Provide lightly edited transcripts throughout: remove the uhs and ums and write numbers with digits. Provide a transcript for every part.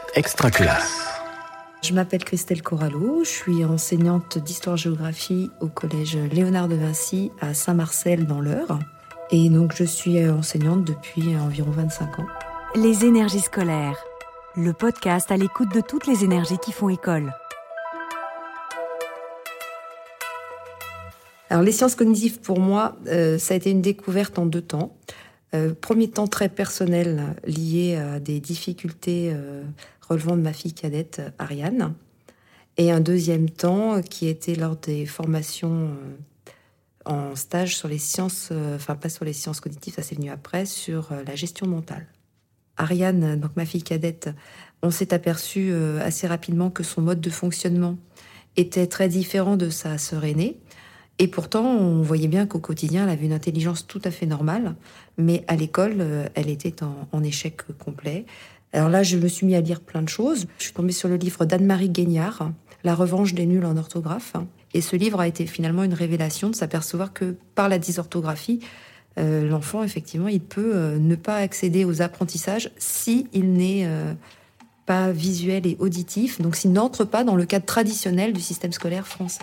Extra classe. Je m'appelle Christelle Corallo, je suis enseignante d'histoire-géographie au collège Léonard de Vinci à Saint-Marcel dans l'Eure. Et donc je suis enseignante depuis environ 25 ans. Les énergies scolaires, le podcast à l'écoute de toutes les énergies qui font école. Alors les sciences cognitives pour moi, ça a été une découverte en 2 temps. Premier temps très personnel lié à des difficultés relevant de ma fille cadette Ariane. Et un deuxième temps qui était lors des formations en stage sur les sciences, pas sur les sciences cognitives, ça c'est venu après, sur la gestion mentale. Ariane, donc ma fille cadette, on s'est aperçu assez rapidement que son mode de fonctionnement était très différent de sa sœur aînée. Et pourtant, on voyait bien qu'au quotidien, elle avait une intelligence tout à fait normale, mais à l'école, elle était en échec complet. Alors là, je me suis mis à lire plein de choses. Je suis tombée sur le livre d'Anne-Marie Guignard, La revanche des nuls en orthographe. Et ce livre a été finalement une révélation de s'apercevoir que par la dysorthographie, l'enfant, effectivement, il peut ne pas accéder aux apprentissages s'il n'est pas visuel et auditif, donc s'il n'entre pas dans le cadre traditionnel du système scolaire français.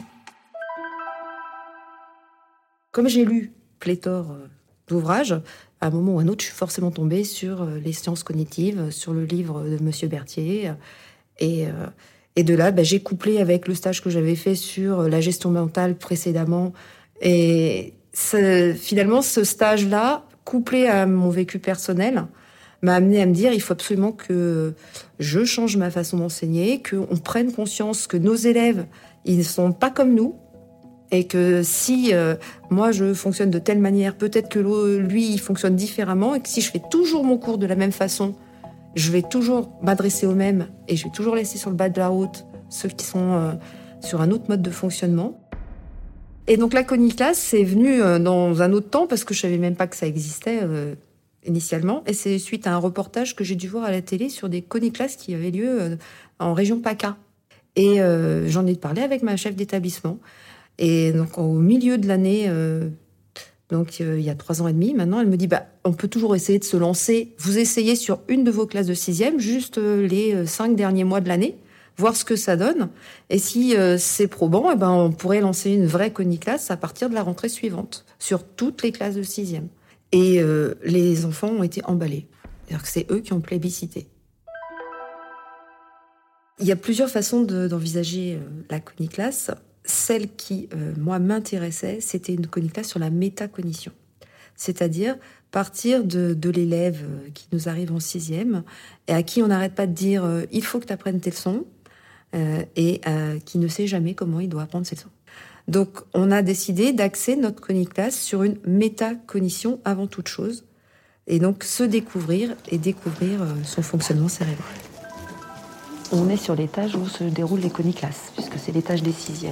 Comme j'ai lu pléthore d'ouvrages, à un moment ou à un autre, je suis forcément tombée sur les sciences cognitives, sur le livre de Monsieur Berthier. Et de là, j'ai couplé avec le stage que j'avais fait sur la gestion mentale précédemment. Et finalement, ce stage-là, couplé à mon vécu personnel, m'a amené à me dire il faut absolument que je change ma façon d'enseigner, qu'on prenne conscience que nos élèves, ils ne sont pas comme nous. Et que si moi je fonctionne de telle manière, peut-être que lui il fonctionne différemment, et que si je fais toujours mon cours de la même façon, je vais toujours m'adresser aux mêmes et je vais toujours laisser sur le bas de la route ceux qui sont sur un autre mode de fonctionnement. Et donc la Coniclass, c'est venu dans un autre temps parce que je savais même pas que ça existait initialement. Et c'est suite à un reportage que j'ai dû voir à la télé sur des Coniclass qui avaient lieu en région PACA. Et j'en ai parlé avec ma chef d'établissement. Et donc, au milieu de l'année, il y a 3 ans et demi, maintenant, elle me dit, on peut toujours essayer de se lancer. Vous essayez sur une de vos classes de 6e, juste les 5 derniers mois de l'année, voir ce que ça donne. Et si c'est probant, on pourrait lancer une vraie Coniclass à partir de la rentrée suivante, sur toutes les classes de 6e. Et les enfants ont été emballés. C'est-à-dire que c'est eux qui ont plébiscité. Il y a plusieurs façons d'envisager la Coniclass. Celle qui, moi, m'intéressait, c'était une Coniclass sur la métacognition. C'est-à-dire partir de l'élève qui nous arrive en 6e et à qui on n'arrête pas de dire « il faut que tu apprennes tes leçons » et qui ne sait jamais comment il doit apprendre ses leçons. Donc, on a décidé d'axer notre Coniclass sur une métacognition avant toute chose et donc se découvrir et découvrir son fonctionnement cérébral. On est sur l'étage où se déroulent les Coniclass, puisque c'est l'étage des 6e.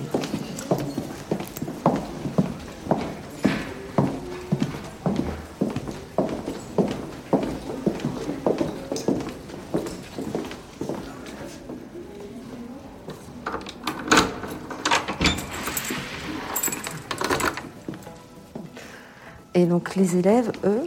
Et donc les élèves, eux,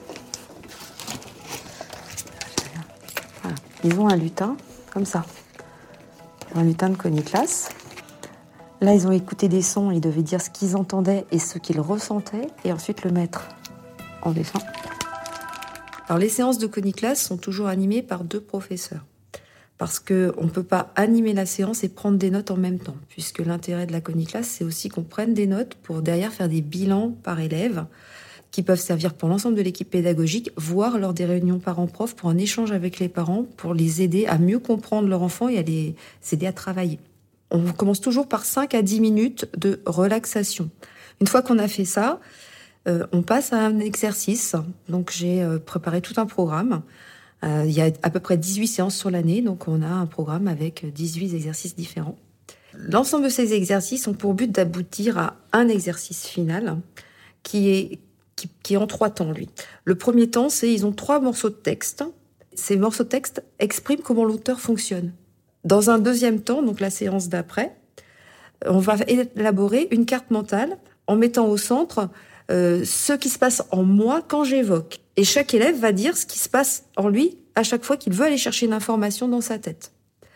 ils ont un lutin, comme ça. Un lutin de Coniclass. Là, ils ont écouté des sons, ils devaient dire ce qu'ils entendaient et ce qu'ils ressentaient, et ensuite le mettre en dessin. Alors, les séances de Coniclass sont toujours animées par 2 professeurs. Parce qu'on ne peut pas animer la séance et prendre des notes en même temps, puisque l'intérêt de la Coniclass, c'est aussi qu'on prenne des notes pour derrière faire des bilans par élève, qui peuvent servir pour l'ensemble de l'équipe pédagogique, voire lors des réunions parents-prof pour un échange avec les parents, pour les aider à mieux comprendre leur enfant et à les aider à travailler. On commence toujours par 5 à 10 minutes de relaxation. Une fois qu'on a fait ça, on passe à un exercice. Donc j'ai préparé tout un programme. Il y a à peu près 18 séances sur l'année, donc on a un programme avec 18 exercices différents. L'ensemble de ces exercices ont pour but d'aboutir à un exercice final qui est en 3 temps, lui. Le premier temps, ils ont 3 morceaux de texte. Ces morceaux de texte expriment comment l'auteur fonctionne. Dans un deuxième temps, donc la séance d'après, on va élaborer une carte mentale en mettant au centre ce qui se passe en moi quand j'évoque. Et chaque élève va dire ce qui se passe en lui à chaque fois qu'il veut aller chercher une information dans sa tête.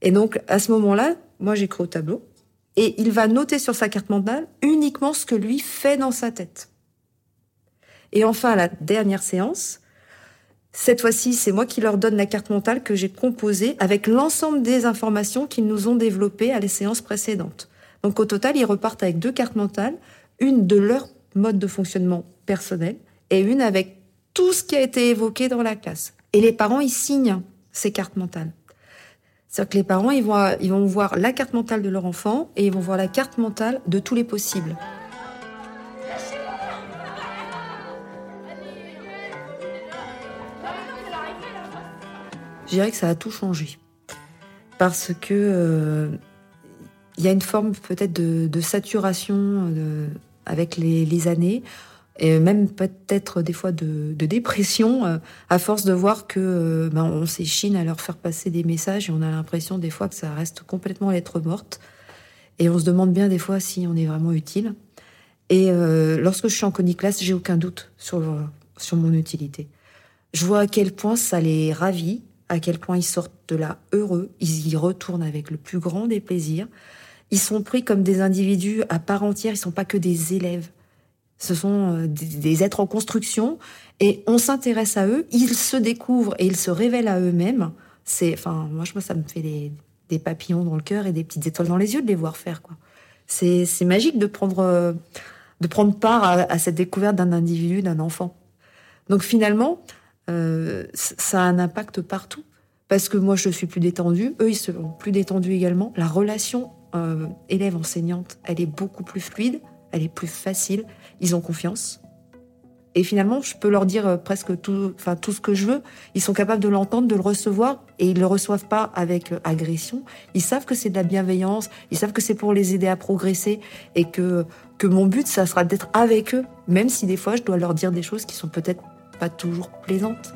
Et donc, à ce moment-là, moi, j'écris au tableau. Et il va noter sur sa carte mentale uniquement ce que lui fait dans sa tête. Et enfin, à la dernière séance, cette fois-ci, c'est moi qui leur donne la carte mentale que j'ai composée avec l'ensemble des informations qu'ils nous ont développées à les séances précédentes. Donc, au total, ils repartent avec 2 cartes mentales, une de leur mode de fonctionnement personnel et une avec tout ce qui a été évoqué dans la classe. Et les parents, ils signent ces cartes mentales. C'est-à-dire que les parents, ils vont voir la carte mentale de leur enfant et ils vont voir la carte mentale de tous les possibles. Je dirais que ça a tout changé. Parce que y a une forme peut-être de saturation avec les années, et même peut-être des fois de dépression, à force de voir que on s'échine à leur faire passer des messages et on a l'impression des fois que ça reste complètement lettre morte. Et on se demande bien des fois si on est vraiment utile. Et lorsque je suis en coniclass, j'ai aucun doute sur mon utilité. Je vois à quel point ça les ravit, à quel point ils sortent de là heureux, ils y retournent avec le plus grand des plaisirs. Ils sont pris comme des individus à part entière, ils sont pas que des élèves. Ce sont des êtres en construction et on s'intéresse à eux, ils se découvrent et ils se révèlent à eux-mêmes. Moi, ça me fait des papillons dans le cœur et des petites étoiles dans les yeux de les voir faire, quoi. C'est magique de prendre part à cette découverte d'un individu, d'un enfant. Donc finalement, ça a un impact partout. Parce que moi, je suis plus détendue, eux, ils seront plus détendus également. La relation élève-enseignante, elle est beaucoup plus fluide, elle est plus facile, ils ont confiance. Et finalement, je peux leur dire presque tout ce que je veux. Ils sont capables de l'entendre, de le recevoir, et ils le reçoivent pas avec agression. Ils savent que c'est de la bienveillance, ils savent que c'est pour les aider à progresser, et que mon but, ça sera d'être avec eux, même si des fois, je dois leur dire des choses qui sont peut-être pas toujours plaisantes.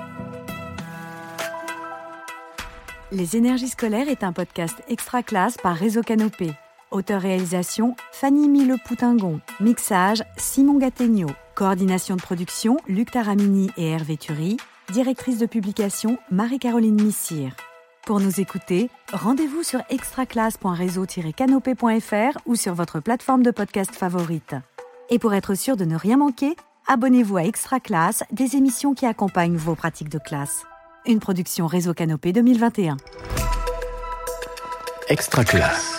Les énergies scolaires est un podcast extra classe par Réseau Canopé. Auteur-réalisation, Fanny Mille-Poutingon. Mixage, Simon Gattegno. Coordination de production, Luc Taramini et Hervé Thury. Directrice de publication, Marie-Caroline Missire. Pour nous écouter, rendez-vous sur extraclasse.réseau-canopé.fr ou sur votre plateforme de podcast favorite. Et pour être sûr de ne rien manquer, abonnez-vous à Extra Classe, des émissions qui accompagnent vos pratiques de classe. Une production Réseau Canopé 2021. Extra Classe.